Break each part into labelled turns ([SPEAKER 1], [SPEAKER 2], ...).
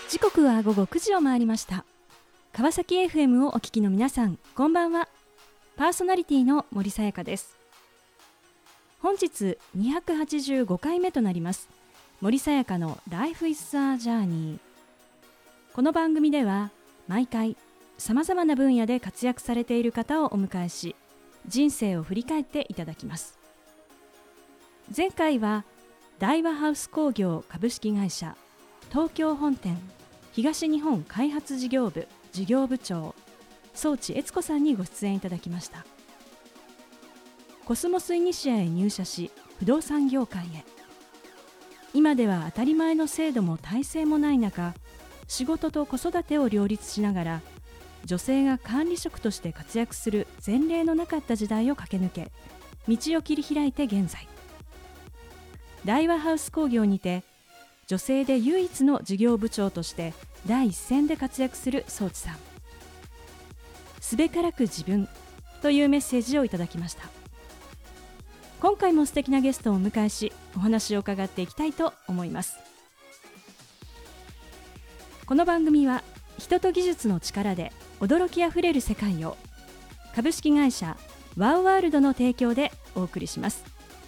[SPEAKER 1] 時刻は午後9時を回りました。川崎 FM をお聞きの皆さん、こんばんは。パーソナリティの森さやかです。本日285回目となります森さやかの Life is a Journey。 この番組では毎回さまざまな分野で活躍されている方をお迎えし、人生を振り返っていただきます。前回は大和ハウス工業株式会社東京本店東日本開発事業部事業部長宗地悦子さんにご出演いただきました。コスモスイニシアへ入社し、不動産業界へ。今では当たり前の制度も体制もない中、仕事と子育てを両立しながら女性が管理職として活躍する前例のなかった時代を駆け抜け、道を切り開いて現在、大和ハウス工業にて女性で唯一の事業部長として第一線で活躍する宗地さん。すべからく自分というメッセージをいただきました。今回も素敵なゲストをお迎えし、お話を伺っていきたいと思います。この番組は人と技術の力で驚きあふれる世界を、株式会社ワウワールドの提供でお送りします。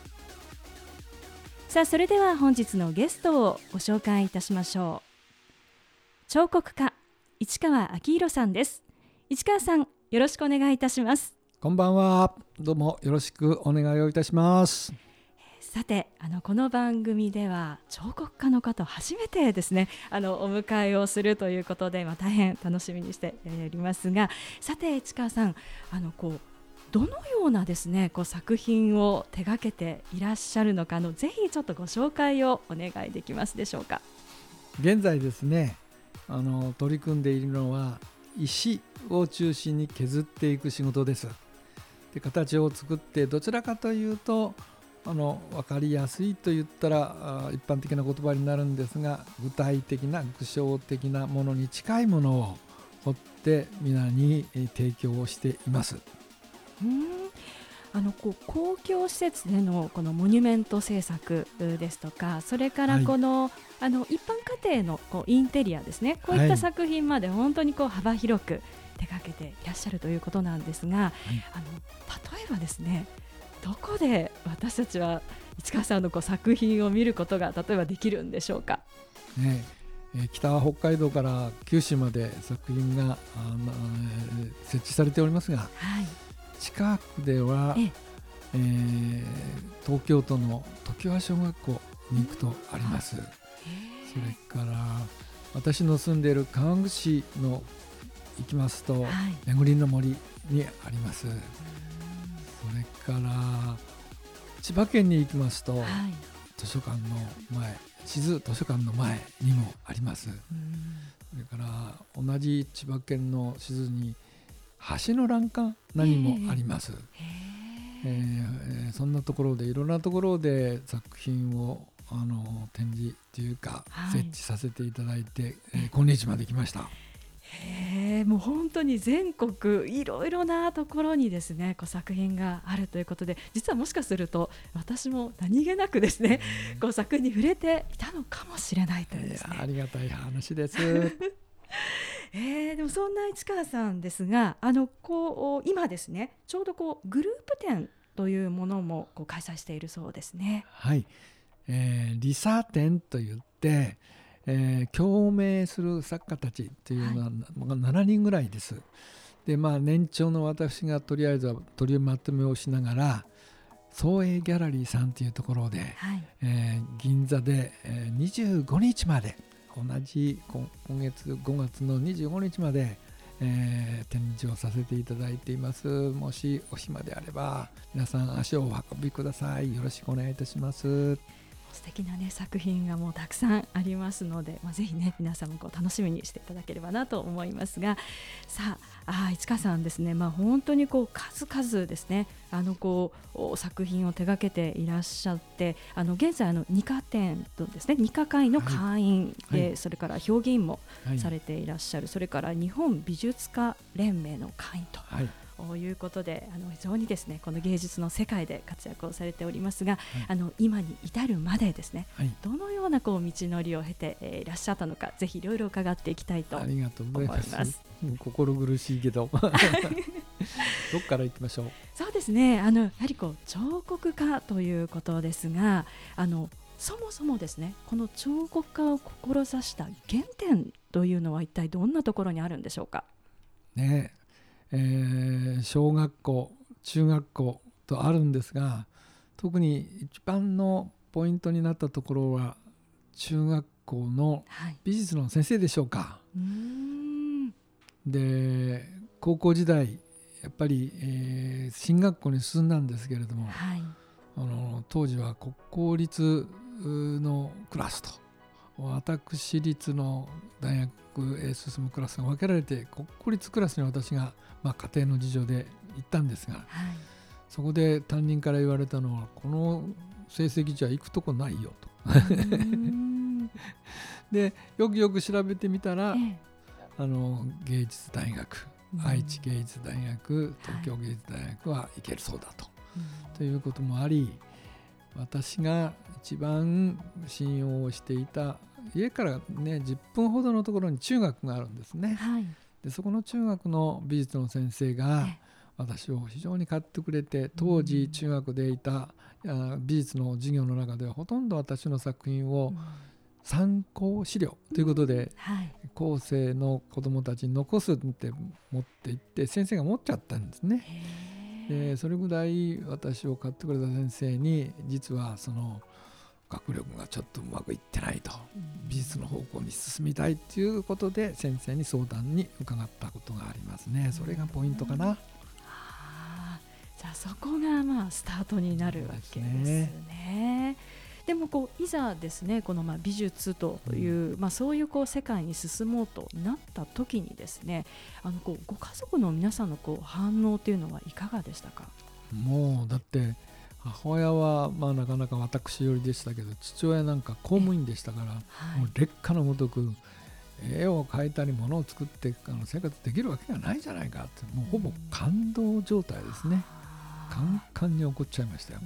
[SPEAKER 1] さあ、それでは本日のゲストをご紹介いたしましょう。彫刻家市川明宏さんです。市川さん、よろしくお願いいたします。
[SPEAKER 2] こんばんは。どうもよろしくお願いをいたします。
[SPEAKER 1] さて、この番組では彫刻家の方を初めてですね、お迎えをするということで、大変楽しみにしておりますが、さて市川さん、どのようなですね、作品を手掛けていらっしゃるのか、ぜひちょっとご紹介をお願いできますでしょうか。
[SPEAKER 2] 現在ですね、取り組んでいるのは石を中心に削っていく仕事です。で、形を作って、どちらかというと分かりやすいと言ったら一般的な言葉になるんですが、具体的な具象的なものに近いものを彫って皆に提供をしています。
[SPEAKER 1] 公共施設でのこのモニュメント制作ですとか、それからこの、一般家庭のインテリアですね、こういった作品まで本当に幅広く手掛けていらっしゃるということなんですが、例えばですね、どこで私たちは市川さんの作品を見ることが例えばできるんでしょうか。
[SPEAKER 2] 北は北海道から九州まで作品が設置されておりますが、近くでは、東京都の常盤小学校に行くとあります。それから私の住んでいる川口市の行きますと、眠りの森にあります。それから千葉県に行きますと、図書館の前、志津図書館の前にもあります。それから同じ千葉県の志津に橋の欄干何もあります。そんなところで、いろんなところで作品を展示というか、設置させていただいて、今日まで来ました。
[SPEAKER 1] もう本当に全国いろいろなところにですね、作品があるということで、実はもしかすると私も何気なくですね、作品に触れていたのかもしれないというですね。
[SPEAKER 2] ありがたい話です。
[SPEAKER 1] でもそんな市川さんですが、今ですね、ちょうどグループ展というものも開催しているそうですね。
[SPEAKER 2] リサ展といって、共鳴する作家たちというのは7人ぐらいです。で、年長の私がとりあえずは取りまとめをしながら、創営ギャラリーさんというところで、銀座で25日まで、同じ今月5月の25日まで、展示をさせていただいています。もしお暇であれば皆さん足をお運びください。よろしくお願いいたします。
[SPEAKER 1] 素敵な、作品がもうたくさんありますので、ぜひね、皆さんも楽しみにしていただければなと思いますが、さあ、市川さんですね、本当に数々ですね、作品を手掛けていらっしゃって、現在2課展とですね、2課会の会員で、それから評議員もされていらっしゃる、それから日本美術家連盟の会員と、 いうことで非常にですねこの芸術の世界で活躍をされておりますが、今に至るまでですね、どのような道のりを経て、いらっしゃったのかぜひいろいろ伺っていきたいと思います。
[SPEAKER 2] ありがとうございます。心苦しいけどどっから行きましょう。
[SPEAKER 1] そうですね、やはり彫刻家ということですが、そもそもですねこの彫刻家を志した原点というのは一体どんなところにあるんでしょうか。
[SPEAKER 2] ね、小学校中学校とあるんですが、特に一番のポイントになったところは中学校の美術の先生でしょうか。で高校時代やっぱり、進学校に進んだんですけれども、当時は国公立のクラスと私立の大学へ進むクラスが分けられて、国公立クラスに私が、家庭の事情で行ったんですが、そこで担任から言われたのは、この成績じゃ行くとこないよとでよくよく調べてみたら、芸術大学、愛知芸術大学、東京芸術大学は行けるそうだということもあり、私が一番信用していた家からね10分ほどのところに中学があるんですね。でそこの中学の美術の先生が私を非常に買ってくれて、当時中学でいた美術の授業の中ではほとんど私の作品を参考資料ということで、後世の子どもたちに残すって持って行って先生が持っちゃったんですね。でそれぐらい私を買ってくれた先生に、実はその学力がちょっとうまくいってないと、美術の方向に進みたいということで先生に相談に伺ったことがありますね。それがポイントかな。
[SPEAKER 1] じゃあそこがスタートになるわけですね。でもいざですねこの美術という、そういう世界に進もうとなった時にですね、ご家族の皆さんの反応というのはいかがでしたか。
[SPEAKER 2] もうだって母親はなかなか私寄りでしたけど、父親なんか公務員でしたから、もう劣化のごとく絵を描いたり物を作って生活できるわけがないじゃないかって、もうほぼ感動状態ですね。カンカンに怒っちゃいましたよ。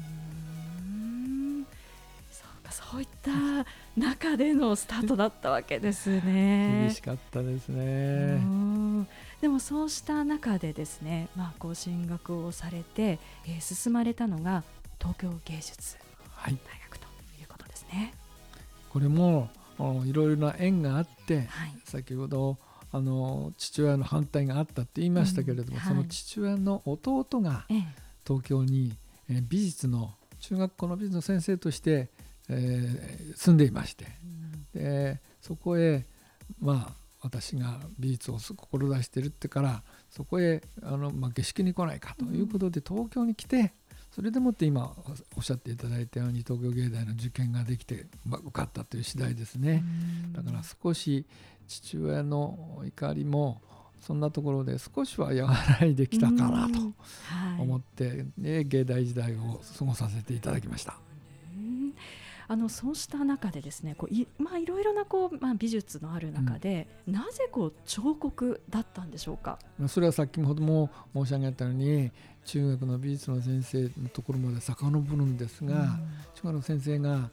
[SPEAKER 1] そういった中でのスタートだったわけですね。
[SPEAKER 2] 厳しかったですね。
[SPEAKER 1] でもそうした中でですね、進学をされて、進まれたのが東京芸術大学ということですね。
[SPEAKER 2] これもいろいろな縁があって、先ほど父親の反対があったって言いましたけれども、その父親の弟が東京に美術の中学校の美術の先生として住んでいまして、でそこへ私が美術を志しているってからそこへ下宿に来ないかということで東京に来て、それでもって今おっしゃっていただいたように東京芸大の受験ができて、受かったという次第ですね。だから少し父親の怒りもそんなところで少しは和らいできたかなと思って、芸大時代を過ごさせていただきました。
[SPEAKER 1] そうした中でですねいろいろな美術のある中で、なぜ彫刻だったんでしょうか。
[SPEAKER 2] それは先ほども申し上げたように中学の美術の先生のところまで遡るんですが、中学の先生が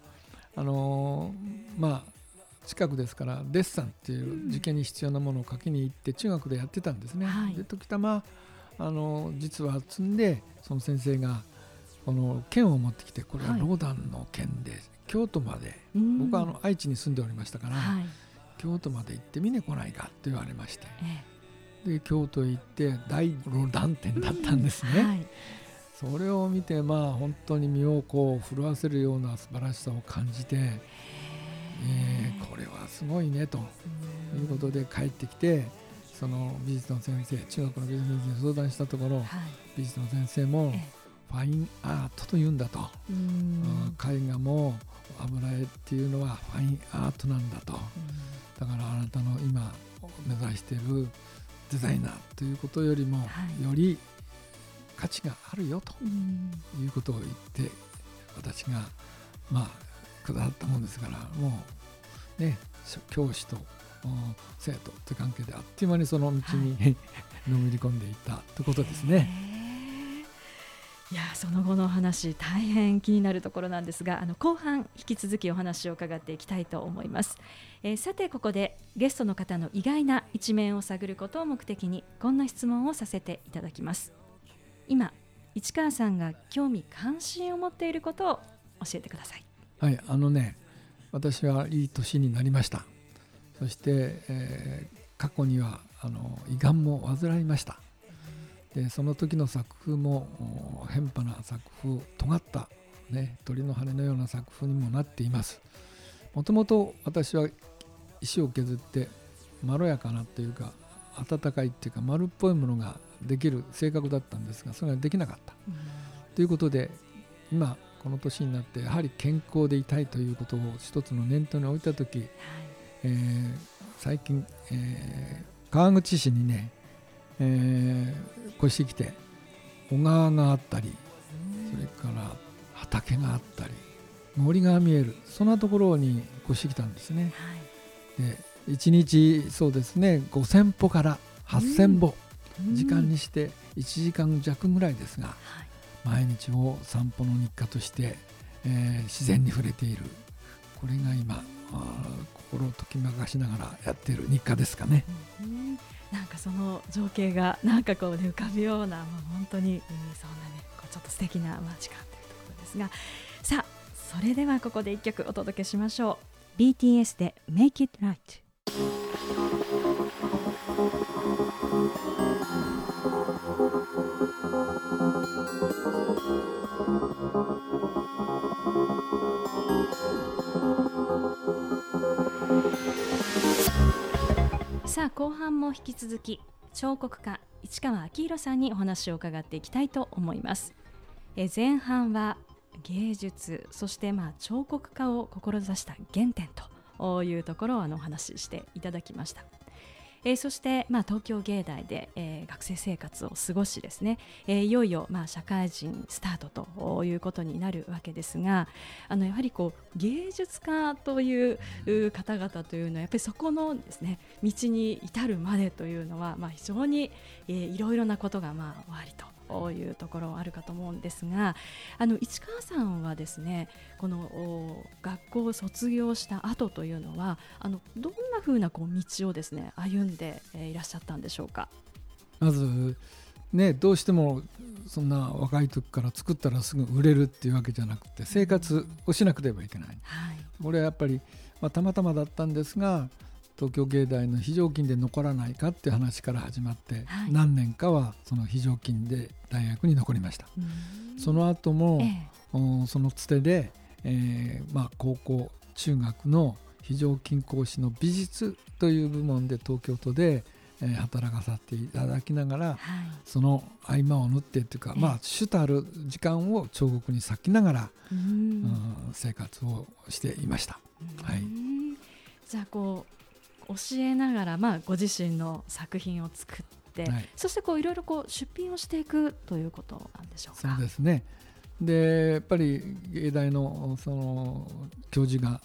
[SPEAKER 2] 近くですからデッサンっていう受験に必要なものを書きに行って中学でやってたんですね。で時たま実は積んで、その先生がこの剣を持ってきて、これはローダンの剣で京都まで、僕は愛知に住んでおりましたから、京都まで行ってみねこないかって言われまして、で京都へ行って大ロダン展だったんですね。それを見て本当に身を震わせるような素晴らしさを感じて、これはすごいねということで帰ってきて、その美術の先生、中学の美術の先生に相談したところ、美術の先生もファインアートというんだと、絵画も油絵っていうのはファインアートなんだと、だからあなたの今目指しているデザイナーということよりもより価値があるよということを言って、私がくださったもんですから、もうね教師と生徒という関係であっという間にその道に、のめり込んでいったということですね。
[SPEAKER 1] いや、その後のお話大変気になるところなんですが、後半引き続きお話を伺っていきたいと思います。さてここでゲストの方の意外な一面を探ることを目的にこんな質問をさせていただきます。今市川さんが興味関心を持っていることを教えてください。
[SPEAKER 2] はい、私はいい年になりました。そして、過去には胃がんも患いました。でその時の作風も変派な作風、尖った、鳥の羽のような作風にもなっています。もともと私は石を削ってまろやかなというか温かいっていうか丸っぽいものができる性格だったんですが、それができなかった、ということで今この年になってやはり健康でいたいということを一つの念頭に置いた時、最近、川口市にね、越してきて小川があったり、それから畑があったり森が見える、そんなところに越してきたんですね。で1日そうですね5000歩から8000歩、時間にして1時間弱ぐらいですが、毎日を散歩の日課として、自然に触れている、これが今心をときめかしながらやっている日課ですかね。
[SPEAKER 1] なんかその情景がなんかこう、浮かぶような、本当に、そんなねちょっと素敵な時間というところですが、さあそれではここで一曲お届けしましょう。 BTS で Make It Right。さあ後半も引き続き彫刻家市川明宏さんにお話を伺っていきたいと思います。前半は芸術、そして彫刻家を志した原点というところをお話ししていただきました。そして、東京芸大で、学生生活を過ごしですね、いよいよ、社会人スタートということになるわけですが、やはりこう芸術家という方々というのはやっぱりそこのですね道に至るまでというのは、非常に、いろいろなことがおありというところあるかと思うんですが、市川さんはですねこの学校を卒業した後というのはどんな風なこう道をですね歩んでいらっしゃったんでしょうか。
[SPEAKER 2] まずね、どうしてもそんな若い時から作ったらすぐ売れるっていうわけじゃなくて、生活をしなくてはいけない、これはやっぱり、たまたまだったんですが、東京芸大の非常勤で残らないかっていう話から始まって、何年かはその非常勤で大学に残りました。その後も、そのつてで、高校中学の非常勤講師の美術という部門で東京都で、働かさせていただきながら、その合間を縫ってというか、主たる時間を彫刻に割きながら、生活をしていました。
[SPEAKER 1] じゃあこう教えながら、ご自身の作品を作って、そしてこういろいろこう出品をしていくということなんでしょうか。
[SPEAKER 2] そうですね。でやっぱり芸大のその教授が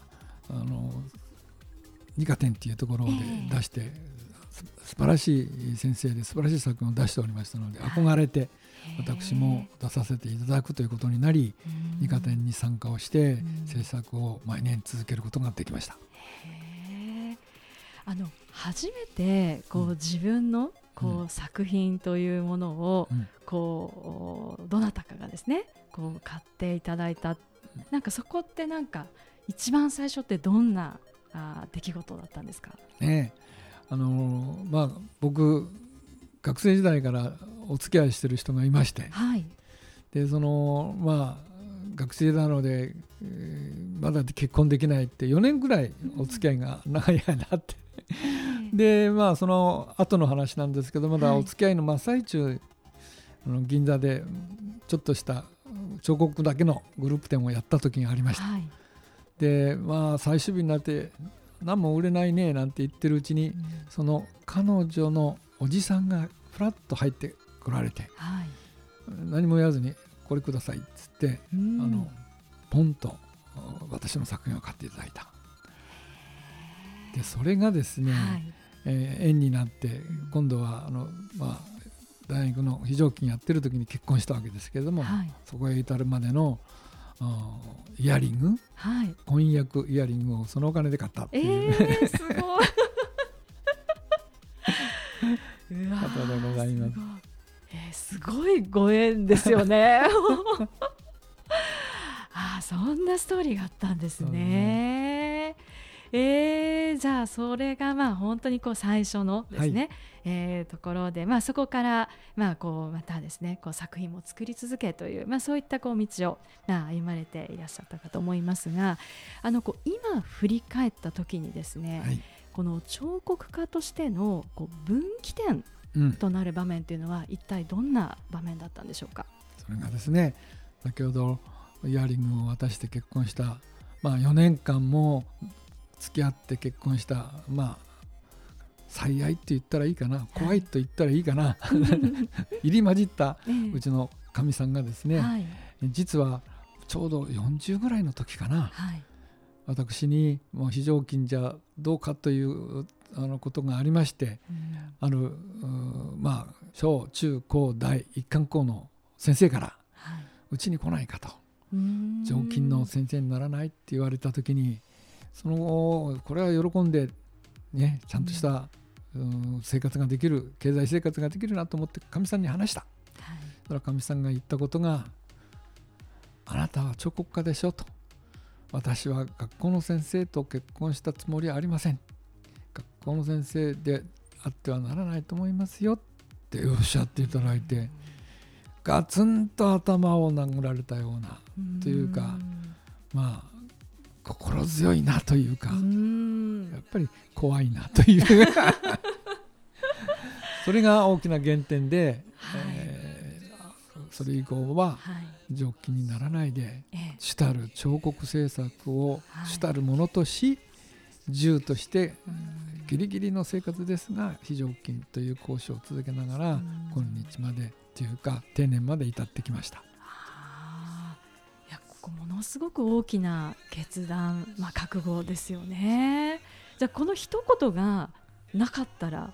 [SPEAKER 2] 二課展っていうところで出して、素晴らしい先生で素晴らしい作品を出しておりましたので、憧れて私も出させていただくということになり、二課展に参加をして制作を毎年続けることができました。
[SPEAKER 1] 初めてこう自分のこう作品というものをこうどなたかがですねこう買っていただいた、なんかそこってなんか一番最初ってどんな出来事だったんですか。
[SPEAKER 2] 僕学生時代からお付き合いしてる人がいまして、でその学生なので、まだ結婚できないって4年ぐらいお付き合いが長い間あってでその後の話なんですけど、まだお付き合いの真っ最中、銀座でちょっとした彫刻だけのグループ展をやった時がありました。で最終日になって何も売れないねなんて言ってるうちに、その彼女のおじさんがフラッと入ってこられて、何も言わずにこれくださいっつって、ポンと私の作品を買っていただいた。 でそれがですね、縁になって今度は大学の非常勤やってる時に結婚したわけですけれども、そこへ至るまでのイヤリング、婚約イヤリングをそのお金で買ったっていう、
[SPEAKER 1] すごい
[SPEAKER 2] 方でございます。
[SPEAKER 1] すごいご縁ですよねそんなストーリーがあったんですね。じゃあそれが本当に最初のですね、ところで、そこからまたですね作品も作り続けという、そういった道を歩まれていらっしゃったかと思いますが、今振り返った時にですね、この彫刻家としての分岐点となる場面というのは一体どんな場面だったんでしょうか。
[SPEAKER 2] それがですね、先ほどイヤリングを渡して結婚した、4年間も付き合って結婚した、最愛って言ったらいいかな、怖いと言ったらいいかな入り混じったうちのかみさんがですね、実はちょうど40ぐらいの時かな、私にもう非常勤じゃどうかということがありまして、ある小中高大一貫校の先生からうちに来ないかと、常勤の先生にならないって言われた時に、これは喜んでね、ちゃんとした生活ができる、経済生活ができるなと思ってかみさんに話した。だからかみさんが言ったことが、あなたは彫刻家でしょと、私は学校の先生と結婚したつもりはありません、学校の先生であってはならないと思いますよっておっしゃっていただいて、ガツンと頭を殴られたようなというか、心強いなというか、やっぱり怖いなというそれが大きな原点で、それ以降は常勤にならないで、主たる彫刻制作を主たるものとし、従としてギリギリの生活ですが非常勤という交渉を続けながら、今日までというか定年まで至ってきました。
[SPEAKER 1] いや、ここものすごく大きな決断、覚悟ですよね。じゃあこの一言がなかったら、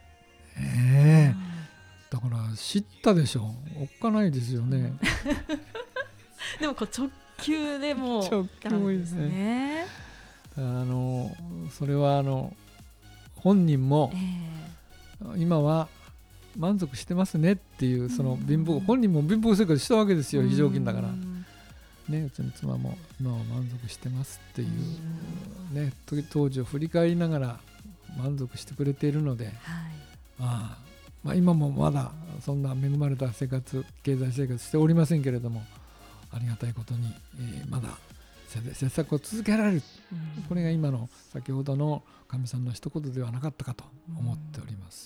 [SPEAKER 2] だから知ったでしょ、おっかないですよね
[SPEAKER 1] でも直球でも
[SPEAKER 2] 直球ですね。それは本人も今は満足してますねっていう、本人も貧乏生活したわけですよ、非常勤だからね。うちの妻も今は満足してますっていうね、当時を振り返りながら満足してくれているので、今もまだそんな恵まれた生活、経済生活しておりませんけれども、ありがたいことに、まだ制作を続けられる、これが今の先ほどのかみさんの一言ではなかったかと思っております。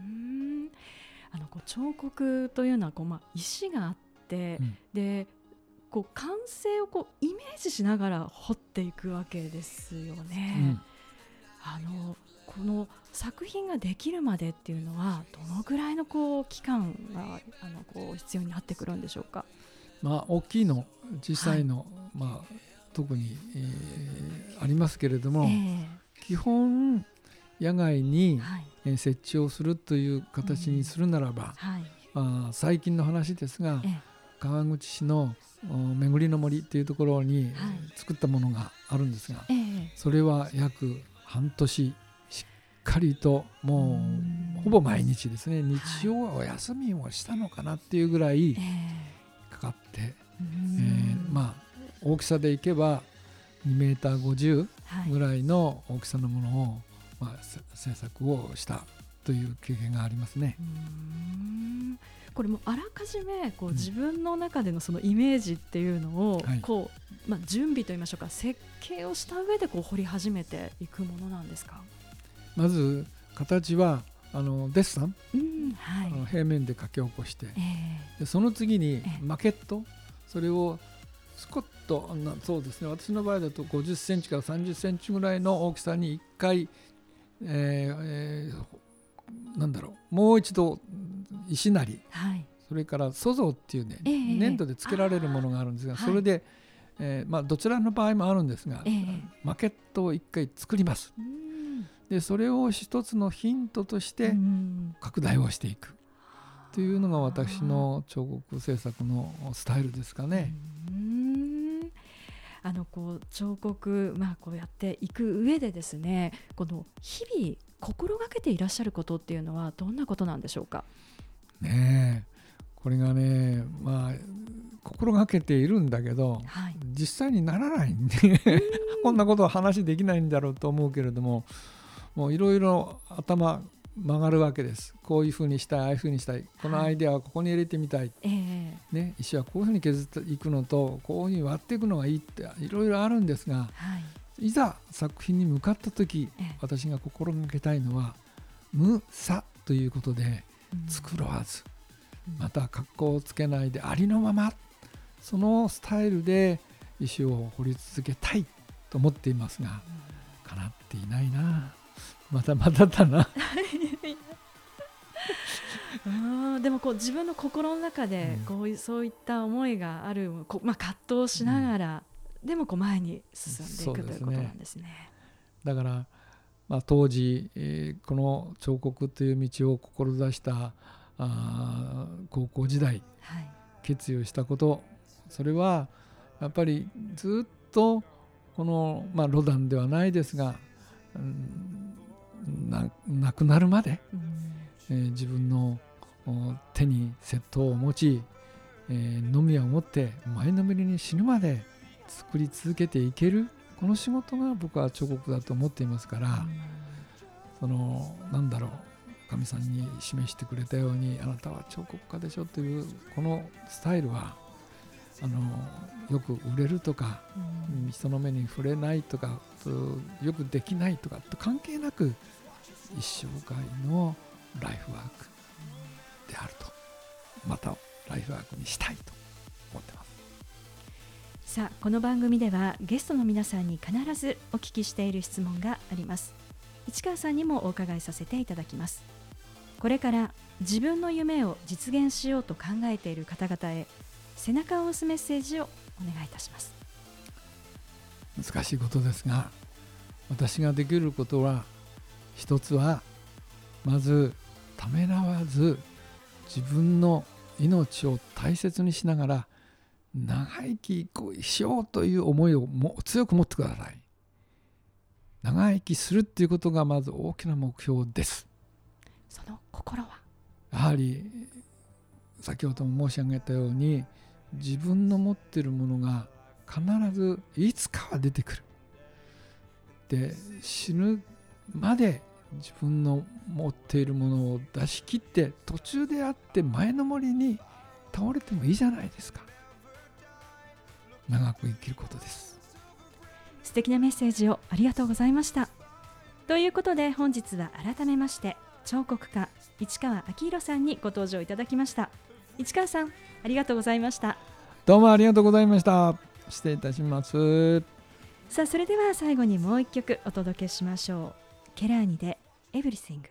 [SPEAKER 1] 彫刻というのは石があって、で完成をイメージしながら彫っていくわけですよね。この作品ができるまでっていうのはどのぐらいの期間が必要になってくるんでしょうか。
[SPEAKER 2] 大きいの小さいの、特に、ありますけれども、基本野外に、設置をするという形にするならば、最近の話ですが、川口市の巡りの森というところに、作ったものがあるんですが、それは約半年しっかりと、もうほぼ毎日ですね、日曜はお休みをしたのかなっていうぐらいかかって、大きさでいけば2メーター50ぐらいの大きさのものを、制作をしたという経験がありますね。
[SPEAKER 1] これもあらかじめ自分の中でのそのイメージっていうのを準備といいましょうか、設計をした上で彫り始めていくものなんですか。
[SPEAKER 2] まず形はデッサン、平面で描き起こして、でその次にマケット、それをスコッとそうですね、私の場合だと50センチから30センチぐらいの大きさに1回、もう一度石なり、それから塑像っていうね、粘土でつけられるものがあるんですが、それで、どちらの場合もあるんですが、マケットを1回作ります。 でそれを一つのヒントとして拡大をしていくというのが私の彫刻制作のスタイルですかね。
[SPEAKER 1] こう彫刻、こうやっていく上でですね、この日々心がけていらっしゃることっていうのはどんなことなんでしょうか。
[SPEAKER 2] ねえ、これがね、心がけているんだけど、実際にならないんでこんなことは話できないんだろうと思うけれども、もういろいろ頭曲がるわけです。こういうふうにしたい、ああいうふうにしたい、このアイデアはここに入れてみたい、石はこういうふうに削っていくのとこういうふうに割っていくのがいいっていろいろあるんですが、いざ作品に向かった時、私が心がけたいのは無差ということで、繕わず、また格好をつけないでありのまま、そのスタイルで石を彫り続けたいと思っていますが、叶っていないな。まだだな
[SPEAKER 1] でもこう自分の心の中でそういった思いがある、葛藤しながら、でも前に進んでいくということなんですね。
[SPEAKER 2] だから、当時、この彫刻という道を志した高校時代、決意をしたこと、それはやっぱりずっとこの、ロダンではないですが、亡くなるまで、自分の手に石刀を持ち、のみを持って前のめりに死ぬまで作り続けていける、この仕事が僕は彫刻だと思っていますから、神さんに示してくれたように、あなたは彫刻家でしょというこのスタイルはよく売れるとか、人の目に触れないとか、よくできないとかと関係なく、一生涯のライフワークであると、またライフワークにしたいと思ってます。
[SPEAKER 1] さあ、この番組ではゲストの皆さんに必ずお聞きしている質問があります。市川さんにもお伺いさせていただきます。これから自分の夢を実現しようと考えている方々へ背中を押すメッセージをお願いいたします。
[SPEAKER 2] 難しいことですが、私ができることは一つは、まずためらわず自分の命を大切にしながら長生きしようという思いを強く持ってください。長生きするっていうことがまず大きな目標です。
[SPEAKER 1] その心は
[SPEAKER 2] やはり先ほども申し上げたように、自分の持っているものが必ずいつかは出てくる。で、死ぬまで自分の持っているものを出し切って、途中であって前の森に倒れてもいいじゃないですか。長く生きることです。
[SPEAKER 1] 素敵なメッセージをありがとうございました。ということで、本日は改めまして彫刻家市川明宏さんにご登場いただきました。市川さん、ありがとうございました。
[SPEAKER 2] どうもありがとうございました。失礼いたします。
[SPEAKER 1] さあ、それでは最後にもう一曲お届けしましょう。ケラーニでエブリシング。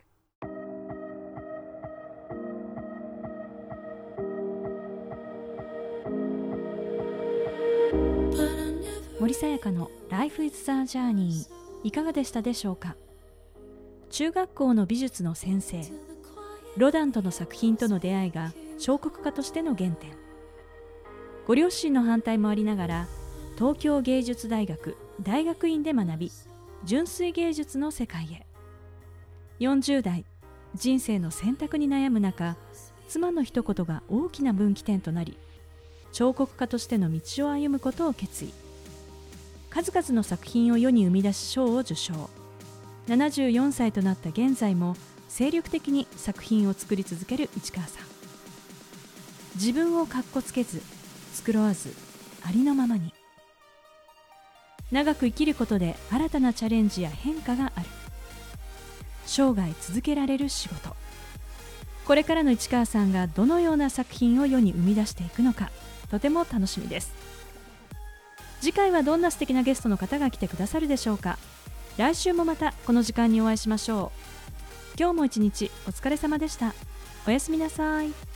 [SPEAKER 1] 森さやかの Life is a Journey、 いかがでしたでしょうか。中学校の美術の先生ロダンとの作品との出会いが彫刻家としての原点。ご両親の反対もありながら東京芸術大学大学院で学び、純粋芸術の世界へ。40代、人生の選択に悩む中、妻の一言が大きな分岐点となり、彫刻家としての道を歩むことを決意。数々の作品を世に生み出し賞を受賞。74歳となった現在も精力的に作品を作り続ける市川さん。自分をかっこつけず、繕わず、ありのままに。長く生きることで新たなチャレンジや変化がある。生涯続けられる仕事。これからの市川さんがどのような作品を世に生み出していくのか、とても楽しみです。次回はどんな素敵なゲストの方が来てくださるでしょうか。来週もまたこの時間にお会いしましょう。今日も一日お疲れ様でした。おやすみなさい。